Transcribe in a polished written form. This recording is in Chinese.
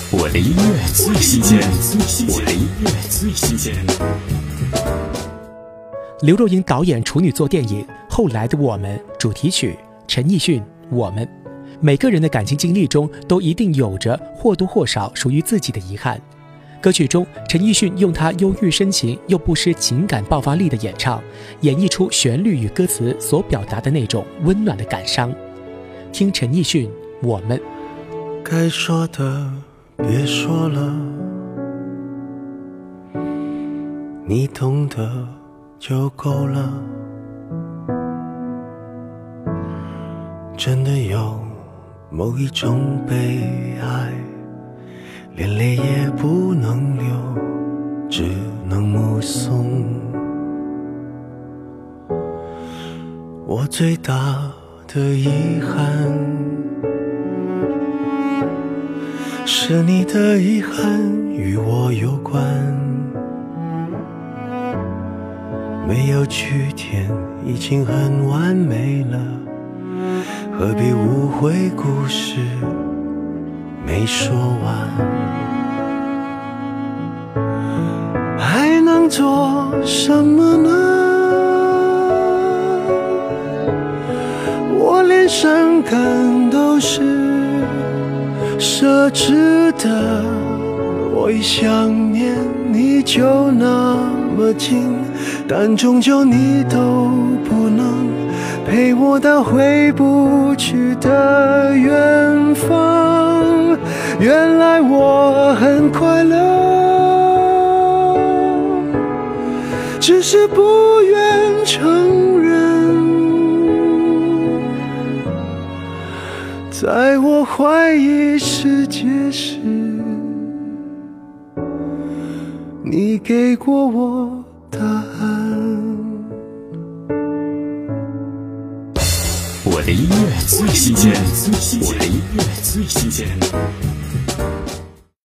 我的音乐最新鲜，我的音乐最新鲜。 刘若英导演处女作电影《后来的我们》主题曲，陈奕迅《我们》。每个人的感情经历中都一定有着或多或少属于自己的遗憾。歌曲中，陈奕迅用他忧郁深情又不失情感爆发力的演唱，演绎出旋律与歌词所表达的那种温暖的感伤。听陈奕迅《我们》。 该说的别说了，你懂得就够了。真的有某一种悲哀，连泪也不能流，只能目送。我最大的遗憾，是你的遗憾与我有关，没有句点已经很完美了，何必误会故事没说完？还能做什么呢？我连伤感都是奢侈的，我一想念你就那么近，但终究你都不能陪我到回不去的远方。原来我很快乐，只是不愿承认。在我怀疑世界时，你给过我答案。 我的音乐最新鲜，我的音乐最新鲜。